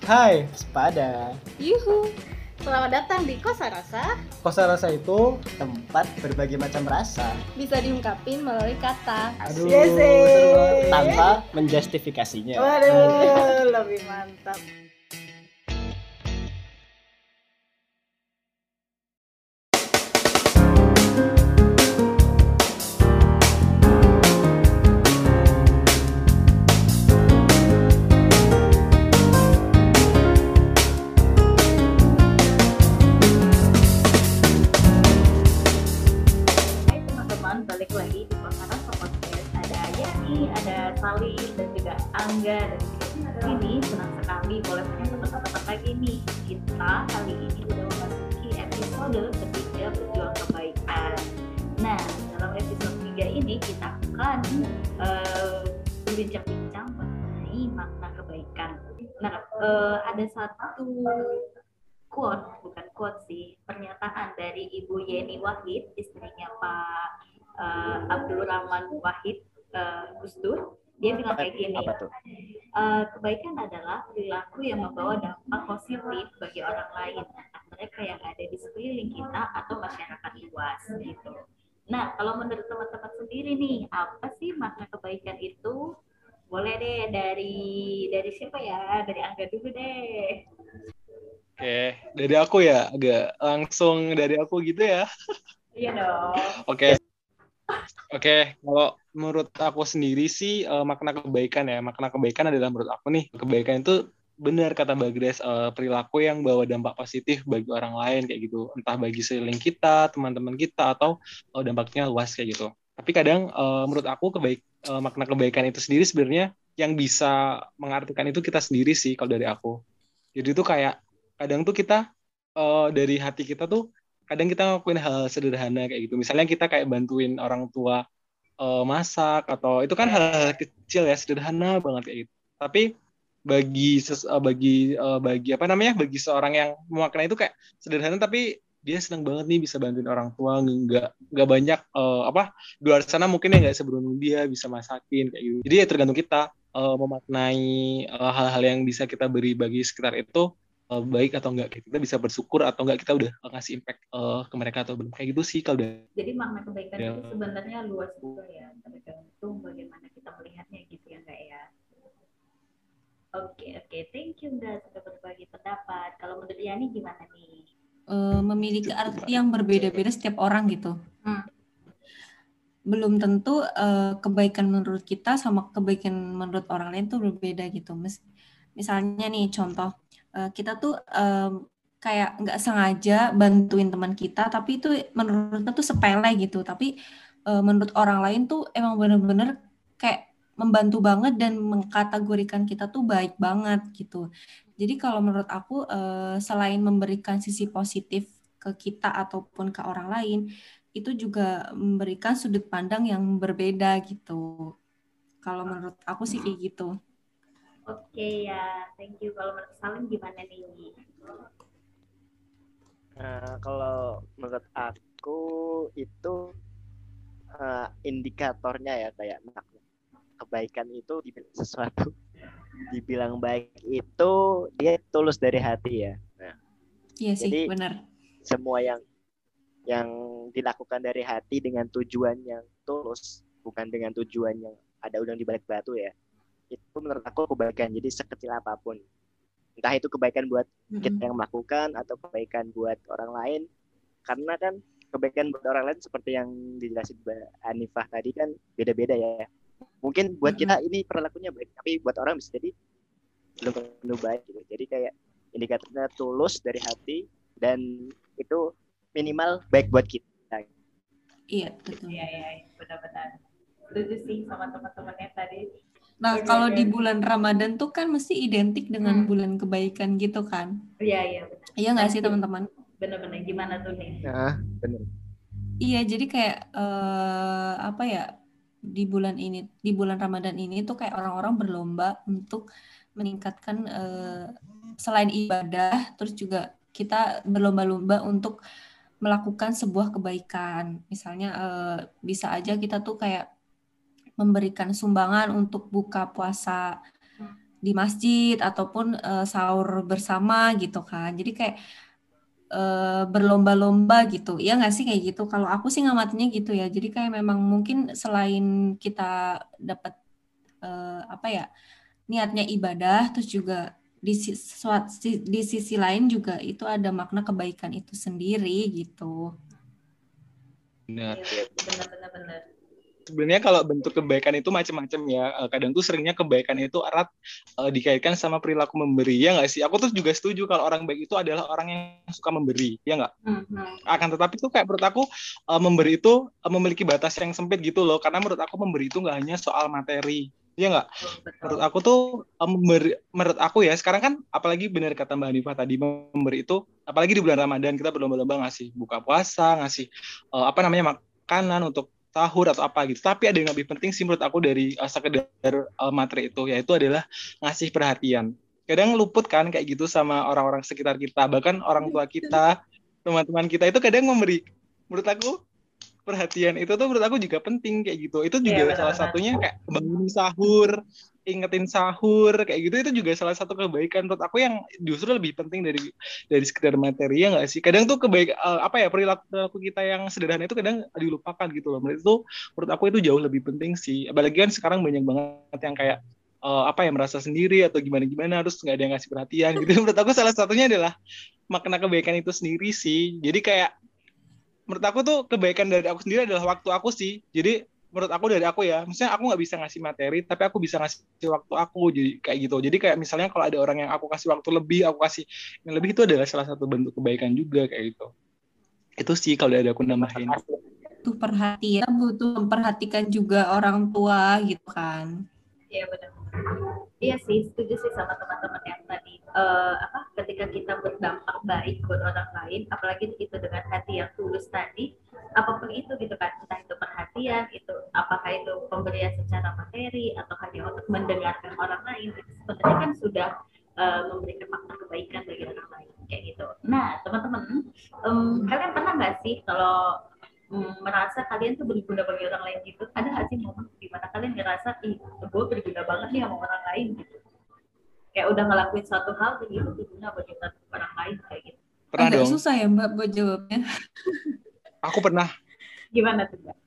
Hai, sepada. Yuhu, selamat datang di Kosa Rasa. Kosa rasa itu tempat berbagai macam rasa. Bisa diungkapin melalui kata. Aduh, Yes, seru banget. Tanpa menjustifikasinya. Waduh, lebih mantap. Hai teman-teman, balik lagi di Kosa Rasa Podcast. Ada Yani, ada Salim, dan juga Angga. Dan di sini senang sekali boleh punya teman-teman lagi nih. Kita kali ini udah memasuki episode ketiga Berjuang Kebaikan. Nah, dalam episode 3 ini kita akan berbincang-bincang mengenai makna kebaikan. Nah, ada satu bukan quote sih, pernyataan dari Ibu Yeni Wahid, istrinya Pak Abdul Rahman Wahid Gus Dur. Dia bilang kayak gini, kebaikan adalah perilaku yang membawa dampak positif bagi orang lain, entah mereka yang ada di sekeliling kita atau masyarakat luas gitu. Nah, kalau menurut teman-teman sendiri nih, apa sih makna kebaikan itu? Boleh deh dari siapa ya? Dari Angga dulu deh. Oke, dari aku ya, agak langsung dari aku gitu ya. Iya dong. Oke, kalau menurut aku sendiri sih makna kebaikan ya. Makna kebaikan adalah menurut aku nih, kebaikan itu benar kata Mbak Grace, perilaku yang bawa dampak positif bagi orang lain kayak gitu. Entah bagi sekeliling kita, teman-teman kita, atau dampaknya luas kayak gitu. Tapi kadang menurut aku makna kebaikan itu sendiri sebenarnya yang bisa mengartikan itu kita sendiri sih kalau dari aku. Jadi itu kayak kadang tuh kita dari hati kita tuh kadang kita ngelakuin hal sederhana kayak gitu. Misalnya kita kayak bantuin orang tua masak atau itu kan hal-hal kecil ya, sederhana banget kayak gitu. Tapi bagi apa namanya? Bagi seorang yang memaknai itu kayak sederhana tapi dia senang banget nih bisa bantuin orang tua, nggak banyak di luar sana mungkin ya nggak seberuntung dia bisa masakin kayak gitu. Jadi ya tergantung kita memaknai hal-hal yang bisa kita beri bagi sekitar itu baik atau enggak, kita bisa bersyukur atau enggak kita udah ngasih impact ke mereka atau belum, kayak gitu sih kalau udah. Jadi makna kebaikan itu sebenarnya luas juga ya, tergantung bagaimana kita melihatnya gitu ya enggak ya. Oke, thank you Mbak sudah berbagi pendapat. Kalau menurut Yani gimana nih? Memiliki arti yang berbeda-beda setiap orang gitu. Belum tentu kebaikan menurut kita sama kebaikan menurut orang lain tuh berbeda gitu. Misalnya nih contoh, kita tuh kayak nggak sengaja bantuin teman kita, tapi itu menurut kita tuh sepele gitu. Tapi menurut orang lain tuh emang bener-bener kayak membantu banget dan mengkategorikan kita tuh baik banget gitu. Jadi kalau menurut aku selain memberikan sisi positif ke kita ataupun ke orang lain, itu juga memberikan sudut pandang yang berbeda gitu. Kalau menurut aku sih kayak gitu. Oke ya, thank you. Kalau menurut Salim gimana nih? Kalau menurut aku itu indikatornya ya kayak kebaikan itu sesuatu dibilang baik itu dia tulus dari hati ya. Nah, iya sih, jadi benar. Semua yang dilakukan dari hati dengan tujuan yang tulus, bukan dengan tujuan yang ada udang di balik batu ya. Itu menurut aku kebaikan. Jadi sekecil apapun, entah itu kebaikan buat kita yang melakukan atau kebaikan buat orang lain. Karena kan kebaikan buat orang lain seperti yang dijelasin Mbak Hanifah tadi kan beda-beda ya. Mungkin buat kita ini perilakunya baik, tapi buat orang bisa jadi belum tentu baik gitu. Jadi kayak indikatornya tulus dari hati dan itu minimal baik buat kita. Iya, betul. Iya, benar-benar. Setuju sih sama teman-temannya tadi. Nah, kalau di bulan Ramadan tuh kan mesti identik dengan bulan kebaikan gitu kan? Iya, benar. Iya nggak sih teman-teman? Benar-benar, gimana tuh nih? Nah, benar. Iya, jadi kayak apa ya, di bulan Ramadan ini tuh kayak orang-orang berlomba untuk meningkatkan selain ibadah, terus juga kita berlomba-lomba untuk melakukan sebuah kebaikan. Misalnya bisa aja kita tuh kayak memberikan sumbangan untuk buka puasa di masjid ataupun sahur bersama gitu kan. Jadi kayak berlomba-lomba gitu. Iya nggak sih kayak gitu? Kalau aku sih ngamatinnya gitu ya. Jadi kayak memang mungkin selain kita dapat apa ya, niatnya ibadah, terus juga di sisi lain juga itu ada makna kebaikan itu sendiri gitu. Benar. Iya, benar. Sebenarnya kalau bentuk kebaikan itu macam-macam ya. Kadang tuh seringnya kebaikan itu erat dikaitkan sama perilaku memberi, ya nggak sih? Aku tuh juga setuju kalau orang baik itu adalah orang yang suka memberi, ya nggak? Akan tetapi tuh kayak menurut aku memberi itu memiliki batas yang sempit gitu loh. Karena menurut aku memberi itu nggak hanya soal materi, ya nggak? Menurut aku tuh menurut aku ya sekarang kan apalagi benar kata Mbak Hanifah tadi, memberi itu apalagi di bulan Ramadan kita berlomba-lomba ngasih buka puasa, ngasih makanan untuk sahur atau apa gitu. Tapi ada yang lebih penting sih menurut aku dari sekedar materi itu, yaitu adalah ngasih perhatian. Kadang luput kan kayak gitu sama orang-orang sekitar kita, bahkan orang tua kita, teman-teman kita itu kadang memberi, menurut aku perhatian itu tuh menurut aku juga penting kayak gitu. Itu juga salah satunya kayak bangun sahur, ingetin sahur kayak gitu, itu juga salah satu kebaikan menurut aku yang justru lebih penting dari sekedar materi, ya nggak sih? Kadang tuh perilaku kita yang sederhana itu kadang dilupakan gitu loh. Menurut aku itu jauh lebih penting sih. Apalagi kan sekarang banyak banget yang kayak merasa sendiri atau gimana terus nggak ada yang ngasih perhatian gitu. Menurut aku salah satunya adalah makna kebaikan itu sendiri sih. Jadi kayak menurut aku tuh kebaikan dari aku sendiri adalah waktu aku sih. Jadi menurut aku dari aku ya, misalnya aku nggak bisa ngasih materi, tapi aku bisa ngasih waktu aku, jadi kayak gitu. Jadi kayak misalnya kalau ada orang yang aku kasih waktu lebih, aku kasih yang lebih, itu adalah salah satu bentuk kebaikan juga kayak gitu. Itu sih kalau dari aku nambahin. Butuh perhatian, butuh memperhatikan juga orang tua gitu kan. Iya benar. Iya sih, setuju sih sama teman-teman yang tadi. Ketika kita berdampak baik buat orang lain, apalagi itu dengan hati yang tulus tadi, apapun itu gitu kan, entah itu perhatian, itu apakah itu pemberian secara materi atau hanya untuk mendengarkan orang lain, itu sebenarnya kan sudah memberikan makna kebaikan bagi orang lain kayak gitu. Nah teman-teman, kalian pernah nggak sih kalau merasa kalian tuh berguna bagi orang lain gitu? Ada nggak sih momen di mana kalian ngerasa gue berguna banget nih sama orang lain gitu? Kayak udah ngelakuin suatu hal begitu berguna bagi orang lain kayak gitu. Pernah agak dong. susah ya Mbak buat jawabnya. Aku pernah. Gimana tuh Mbak?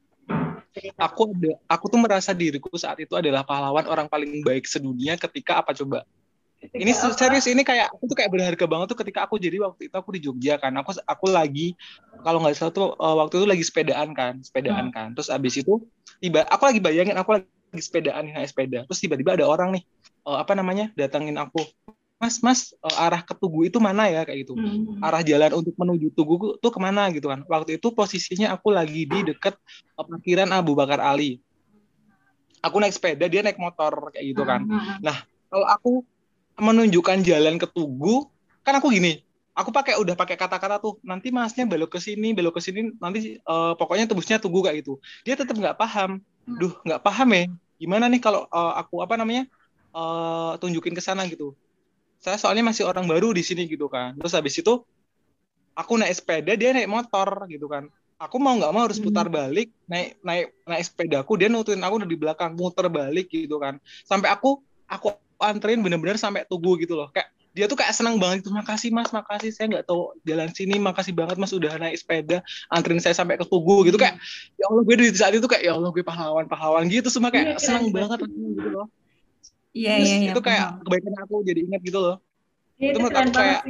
Aku tuh merasa diriku saat itu adalah pahlawan orang paling baik sedunia ketika apa coba? Ini serius, ini kayak aku tuh kayak berharga banget tuh ketika aku, jadi waktu itu aku di Jogja kan, aku lagi kalau nggak salah tuh waktu itu lagi sepedaan kan, terus abis itu aku lagi bayangin aku lagi sepedaan naik sepeda, terus tiba-tiba ada orang nih datangin aku, mas arah ke Tugu itu mana ya kayak gitu, arah jalan untuk menuju Tugu tuh kemana gitu kan. Waktu itu posisinya aku lagi di dekat parkiran Abu Bakar Ali, aku naik sepeda, dia naik motor kayak gitu kan. Nah kalau aku menunjukkan jalan ke Tugu, kan aku gini, aku udah pakai kata-kata tuh, nanti masnya belok ke sini, nanti pokoknya tebusnya Tugu kayak gitu. Dia tetap nggak paham. Nggak paham ya. Gimana nih kalau aku tunjukin ke sana gitu. Saya soalnya masih orang baru di sini gitu kan. Terus habis itu aku naik sepeda, dia naik motor gitu kan. Aku mau nggak mau harus putar balik, naik sepedaku, dia nuturin aku dari belakang, muter balik gitu kan. Sampai aku anterin bener-bener sampai Tugu gitu loh. Kayak dia tuh kayak senang banget itu, makasih mas, makasih, saya nggak tahu jalan sini, makasih banget mas udah naik sepeda anterin saya sampai ke Tugu gitu. Kayak ya Allah, gue di saat itu kayak ya Allah, gue pahlawan gitu, semua kayak senang banget gitu loh. Iya, itu kayak kebaikan aku jadi ingat gitu loh. Itu menurut aku kayak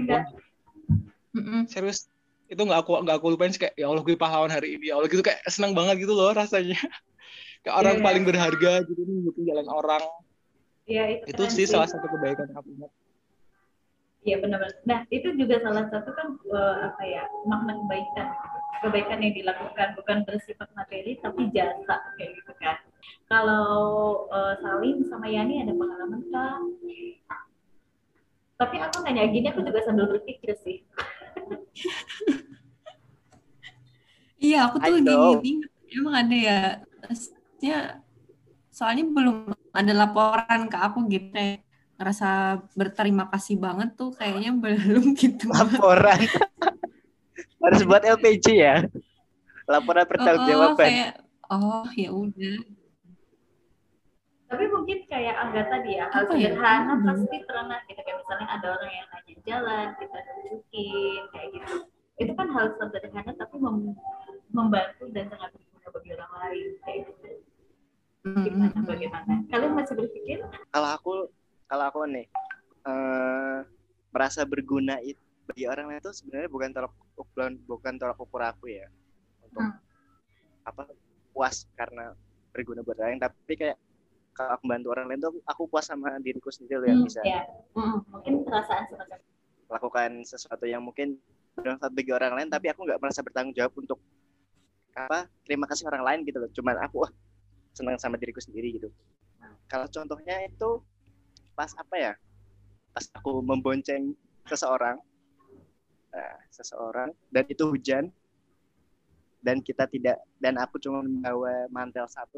serius, itu nggak aku lupain sih, kayak ya Allah, gue pahlawan hari ini, ya Allah gitu, kayak senang banget gitu loh rasanya. Kayak orang paling berharga gitu nih, gitu jalan orang. Ya, itu sih salah satu kebaikan yang aku ingat. Iya benar-benar. Nah itu juga salah satu kan makna kebaikan yang dilakukan bukan bersifat materi tapi jasa kayak gitu kan. Kalau Salim sama Yani ada pengalaman kah? Tapi aku nanya gini, aku juga sambil berpikir sih. Iya, aku tuh gini, emang ada ya. Soalnya belum ada laporan ke aku gitu, ngerasa berterima kasih banget tuh kayaknya belum gitu. Laporan harus buat LPG ya, laporan pertanggungjawaban. Ya udah. Tapi mungkin kayak Angga tadi ya, hal Apa ya? sederhana pasti pernah gitu. Kayak misalnya ada orang yang nanya jalan, kita tunjukin, kayak gitu. Itu kan hal sederhana tapi membantu dan sangat berguna bagi orang lain, kayak gitu. Bagaimana? Kalian masih berpikir? Kalau aku nih merasa berguna itu bagi orang lain itu sebenarnya bukan tolak ukur aku ya untuk puas karena berguna buat orang lain, tapi kayak kalau aku bantu orang lain tuh aku puas sama diriku sendiri loh yang bisa mungkin perasaan semacam melakukan sesuatu yang mungkin bermanfaat bagi orang lain, tapi aku nggak merasa bertanggung jawab untuk terima kasih orang lain gitu loh, cuman aku senang sama diriku sendiri gitu. Kalau contohnya itu pas aku membonceng seseorang dan itu hujan dan aku cuma membawa mantel satu,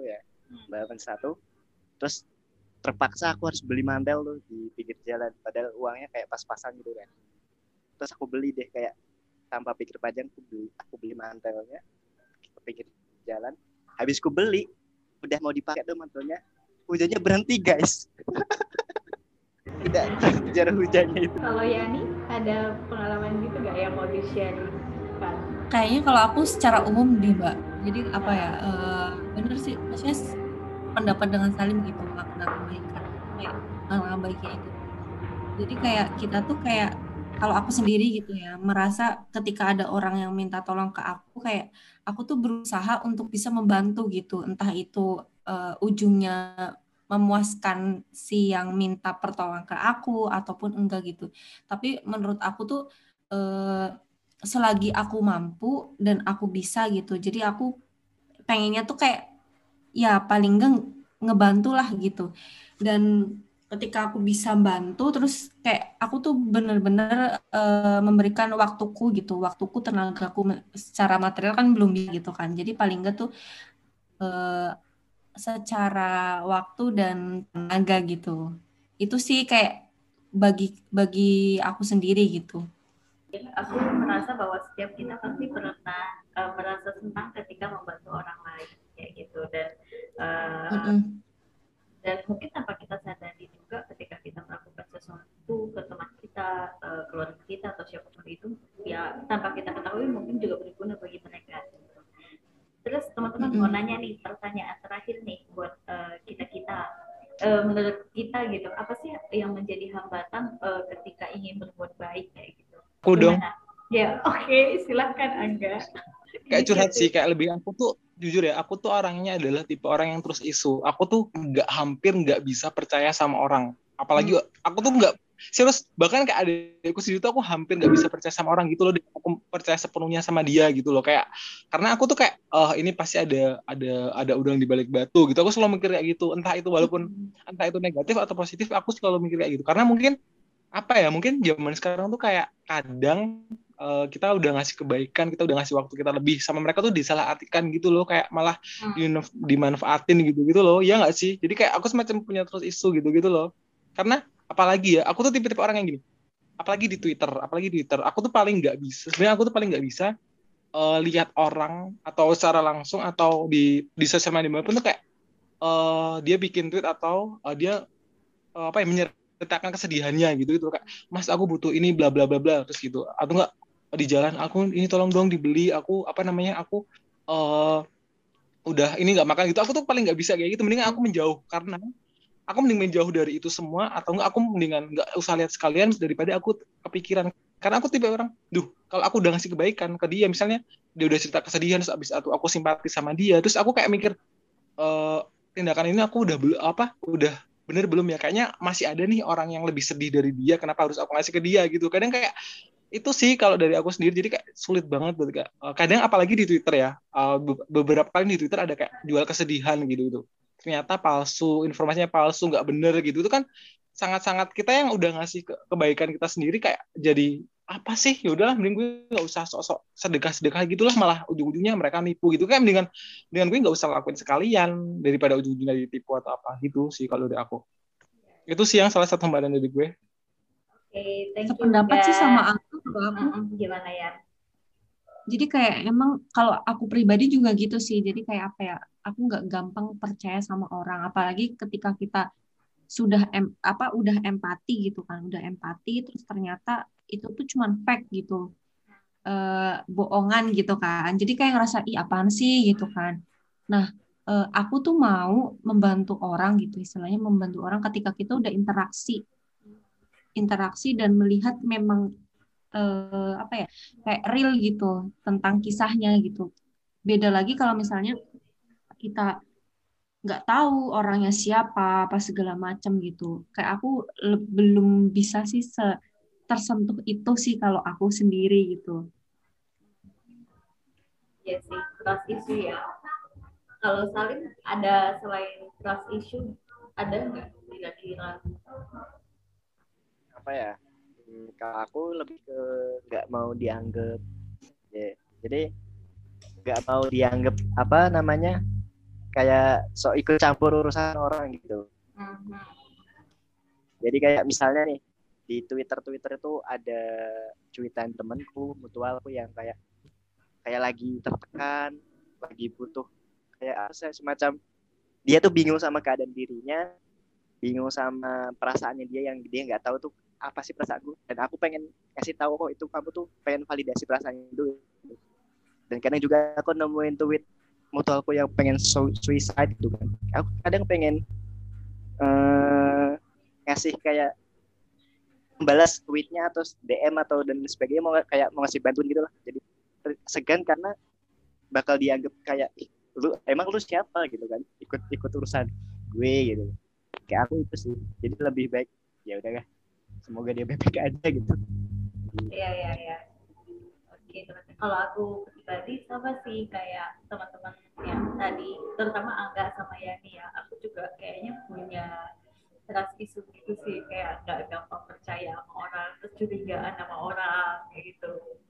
terus terpaksa aku harus beli mantel tuh di pinggir jalan, padahal uangnya kayak pas-pasan gitu kan. Terus aku beli deh kayak tanpa pikir panjang, aku beli mantelnya ke pinggir jalan. Habis aku beli, udah mau dipakai tuh mantelnya, hujannya berhenti guys. Tidak kejar hujannya itu. Kalau Yani ada pengalaman gitu gak yang mau di-share? Kayaknya kalau aku secara umum deh Mbak, jadi bener sih, maksudnya pendapat dengan Salim gitu, makna kebaikan kayak hal baiknya itu. Jadi kayak kita tuh kayak kalau aku sendiri gitu ya, merasa ketika ada orang yang minta tolong ke aku, kayak aku tuh berusaha untuk bisa membantu gitu, entah itu ujungnya memuaskan si yang minta pertolongan ke aku ataupun enggak gitu. Tapi menurut aku tuh selagi aku mampu dan aku bisa gitu, jadi aku pengennya tuh kayak ya paling enggak ngebantu lah gitu. Dan ketika aku bisa bantu, terus kayak aku tuh bener-bener memberikan waktuku, tenagaku secara material kan belum bisa gitu kan. Jadi paling enggak tuh secara waktu dan tenaga gitu. Itu sih kayak bagi aku sendiri gitu. Aku merasa bahwa setiap kita pasti pernah merasa senang ketika membantu orang lain kayak gitu, dan mungkin tanpa kita sadari juga ketika kita melakukan sesuatu ke teman kita, keluarga kita atau siapapun itu, ya tanpa kita ketahui mungkin juga berguna bagi mereka. Terus teman-teman mau nanya nih, pertanyaan terakhir nih buat kita. Menurut kita gitu, apa sih yang menjadi hambatan ketika ingin berbuat baik kayak gitu? Aku dong. Ya, oke, silakan Angga. Kayak curhat sih, kayak lebih aku tuh jujur ya, aku tuh orangnya adalah tipe orang yang terus isu. Aku tuh hampir nggak bisa percaya sama orang. Apalagi aku tuh nggak serius, bahkan kayak adikku sendiri tuh aku hampir nggak bisa percaya sama orang gitu loh. Aku percaya sepenuhnya sama dia gitu loh, kayak karena aku tuh kayak ini pasti ada udang di balik batu gitu. Aku selalu mikir kayak gitu, entah itu negatif atau positif, aku selalu mikir kayak gitu. Karena mungkin mungkin zaman sekarang tuh kayak kadang kita udah ngasih kebaikan, kita udah ngasih waktu kita lebih sama mereka tuh disalahartikan gitu loh, kayak malah dimanfaatin gitu loh, ya nggak sih? Jadi kayak aku semacam punya terus isu gitu loh. Karena apalagi ya, aku tuh tipe-tipe orang yang gini, apalagi di Twitter, aku tuh paling nggak bisa lihat orang atau secara langsung atau di sosial media pun tuh kayak dia bikin tweet atau dia menyertakan kesedihannya gitu kayak, Mas aku butuh ini bla bla bla bla, terus gitu, atau enggak di jalan, aku ini tolong dong dibeli, aku udah ini nggak makan gitu. Aku tuh paling nggak bisa kayak gitu. Mendingan aku menjauh, karena aku mending menjauh dari itu semua, atau enggak aku mendingan nggak usah lihat sekalian daripada aku kepikiran. Karena aku tipe orang, kalau aku udah ngasih kebaikan ke dia, misalnya dia udah cerita kesedihan, terus abis itu aku simpati sama dia, terus aku kayak mikir tindakan ini aku udah bener belum ya, kayaknya masih ada nih orang yang lebih sedih dari dia, kenapa harus aku ngasih ke dia gitu. Kadang kayak itu sih kalau dari aku sendiri, jadi kayak sulit banget kadang apalagi di Twitter ya, beberapa kali di Twitter ada kayak jual kesedihan gitu ternyata palsu, informasinya palsu, nggak bener gitu. Itu kan sangat-sangat, kita yang udah ngasih kebaikan kita sendiri kayak jadi apa sih, yaudahlah mending gue nggak usah sok-sok sedekah gitulah, malah ujung-ujungnya mereka nipu gitu kan. Dengan gue nggak usah lakuin sekalian daripada ujung-ujungnya ditipu atau apa gitu sih kalau dari aku. Itu sih yang salah satu hambatan dari gue. Oke, thank you. Sependapat sih sama aku. Gimana ya? Jadi kayak emang kalau aku pribadi juga gitu sih. Jadi kayak apa ya? Aku nggak gampang percaya sama orang. Apalagi ketika kita udah empati gitu kan, udah empati terus ternyata itu tuh cuman fake gitu, bohongan gitu kan. Jadi kayak ngerasa ih apaan sih gitu kan. Nah, aku tuh mau membantu orang gitu, istilahnya membantu orang ketika kita udah interaksi dan melihat memang apa ya kayak real gitu tentang kisahnya gitu. Beda lagi kalau misalnya kita nggak tahu orangnya siapa apa segala macam gitu. Kayak aku belum bisa sih tersentuh itu sih kalau aku sendiri gitu. Ya sih, trust issue ya. Kalau Salim ada selain trust issue, ada nggak kira-kira? Apa ya? Kalau aku lebih ke nggak mau dianggap, ya. Jadi nggak mau dianggap apa namanya kayak sok ikut campur urusan orang gitu. Jadi kayak misalnya nih di Twitter itu ada cuitan temanku mutualku yang kayak lagi tertekan, lagi butuh kayak semacam dia tuh bingung sama keadaan dirinya, bingung sama perasaannya dia yang dia nggak tahu tuh apa sih perasaanku, dan aku pengen kasih tahu kok itu kamu tuh pengen validasi perasaannya dulu. Dan kadang juga aku nemuin tweet mutualku yang pengen suicide gitu kan. Aku kadang pengen ngasih kayak membalas tweetnya atau DM atau dan sebagainya, mau ngasih bantuan gitu lah. Jadi segan karena bakal dianggap kayak lu siapa gitu kan, ikut urusan gue gitu. Kayak aku itu sih. Jadi lebih baik ya udahlah, semoga dia baik-baik aja gitu. Iya. Oke, teman-teman. Kalau aku pribadi sama sih kayak teman-teman yang tadi, terutama Angga sama Yani ya. Aku juga kayaknya punya trust issue gitu sih, kayak nggak gampang percaya sama orang, terus curigaan sama orang kayak gitu.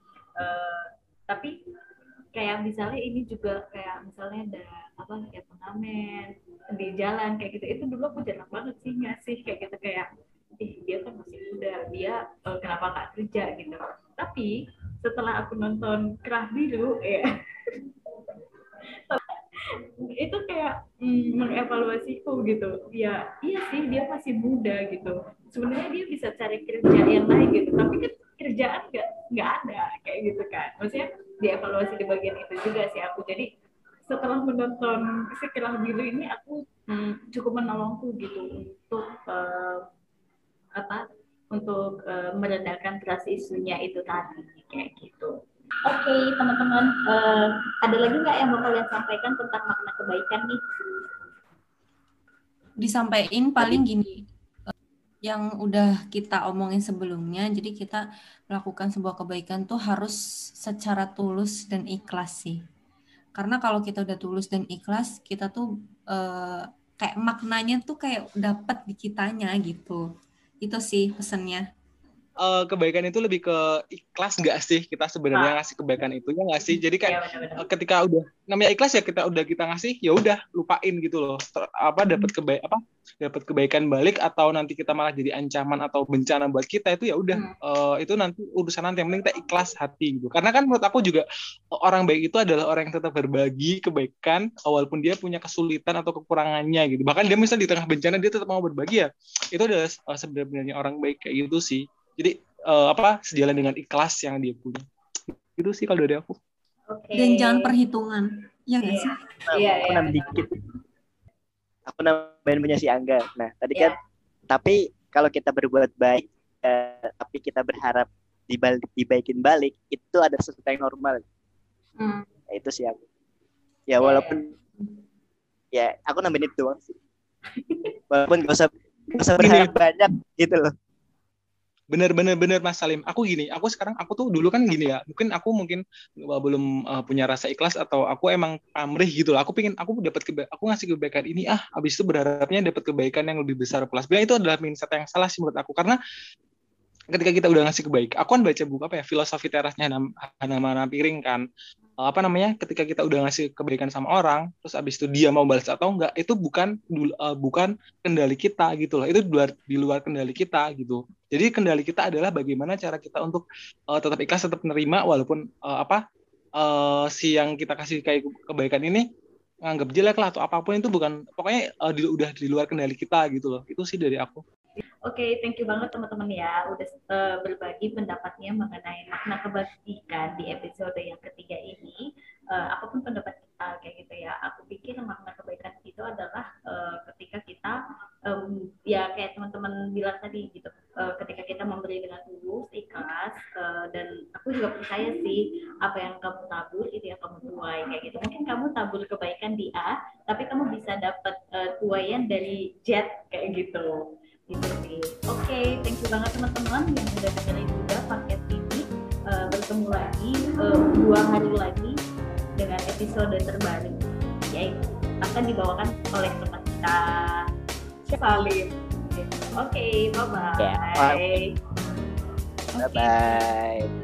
Tapi kayak misalnya ini juga kayak misalnya ada apa kayak pengamen di jalan kayak gitu, itu dulu aku jarang banget sih ngasih kayak gitu, kayak dia kan masih muda, dia kenapa nggak kerja gitu. Tapi setelah aku nonton Kerah Biru ya itu kayak mengevaluasiku gitu. Ya iya sih dia masih muda gitu, sebenarnya dia bisa cari kerja yang lain gitu, tapi kan kerjaan nggak ada kayak gitu kan. Maksudnya dievaluasi di bagian itu juga sih aku. Jadi setelah menonton si Kerah Biru ini aku cukup menolongku gitu untuk meredakan trust isunya itu tadi kayak gitu. Oke, teman-teman, ada lagi nggak yang mau kalian sampaikan tentang makna kebaikan nih? Disampaikan paling gini, yang udah kita omongin sebelumnya, jadi kita melakukan sebuah kebaikan tuh harus secara tulus dan ikhlas sih. Karena kalau kita udah tulus dan ikhlas, kita tuh kayak maknanya tuh kayak dapat di kitanya gitu. Itu sih pesannya. Kebaikan itu lebih ke ikhlas nggak sih kita sebenarnya ngasih kebaikan itu, ya nggak sih? Jadi kan ketika udah namanya ikhlas ya, kita ngasih ya udah lupain gitu loh. Dapat kebaikan balik atau nanti kita malah jadi ancaman atau bencana buat kita, itu ya udah itu nanti urusan nanti, yang penting kita ikhlas hati gitu. Karena kan menurut aku juga orang baik itu adalah orang yang tetap berbagi kebaikan walaupun dia punya kesulitan atau kekurangannya gitu. Bahkan dia misalnya di tengah bencana dia tetap mau berbagi, ya itu adalah sebenarnya orang baik kayak gitu sih. Jadi sejalan dengan ikhlas yang dia punya. Itu sih kalau dari aku. Okay. Dan jangan perhitungan. Ya nggak sih? Aku nambahin dikit. Aku nambahin punya si Angga. Nah, tadi kan tapi kalau kita berbuat baik tapi kita berharap dibaikin balik, itu ada sesuatu yang normal. Nah, itu sih aku. Ya walaupun ya aku nambahin itu doang sih. Walaupun gak usah berharap banyak gitu loh. Bener Mas Salim. Aku tuh dulu kan gini ya. Aku belum punya rasa ikhlas, atau aku emang pamrih gitu lah. Aku ngasih kebaikan ini, habis itu berharapnya dapat kebaikan yang lebih besar plus. Itu adalah mindset yang salah sih menurut aku. Karena ketika kita udah ngasih kebaikan, aku kan baca buku filosofi terasnya Hana Piring kan. Ketika kita udah ngasih kebaikan sama orang, terus abis itu dia mau balas atau enggak, itu bukan kendali kita gitu loh. Itu di luar kendali kita gitu. Jadi kendali kita adalah bagaimana cara kita untuk tetap ikhlas, tetap menerima walaupun si yang kita kasih kayak kebaikan ini nganggap jelek lah atau apapun itu bukan, pokoknya udah di luar kendali kita gitu loh. Itu sih dari aku. Oke, thank you banget teman-teman ya udah berbagi pendapatnya mengenai makna kebajikan di episode yang ketiga ini. Apapun pendapat kita kayak gitu ya, aku pikir makna kebaikan itu adalah ketika kita ya kayak teman-teman bilang tadi gitu, ketika kita memberi dengan tulus, ikhlas, dan aku juga percaya sih apa yang kamu tabur itu yang kamu tuai kayak gitu. Mungkin kamu tabur kebaikan di A, tapi kamu bisa dapat tuaian dari Z kayak gitu. Gitu sih. Oke, thank you banget teman-teman yang udah dengerin juga podcast ini. Bertemu lagi 2 hari lagi dengan episode terbaru, yaitu akan dibawakan oleh teman kita Salim. Oke, bye-bye. Bye-bye.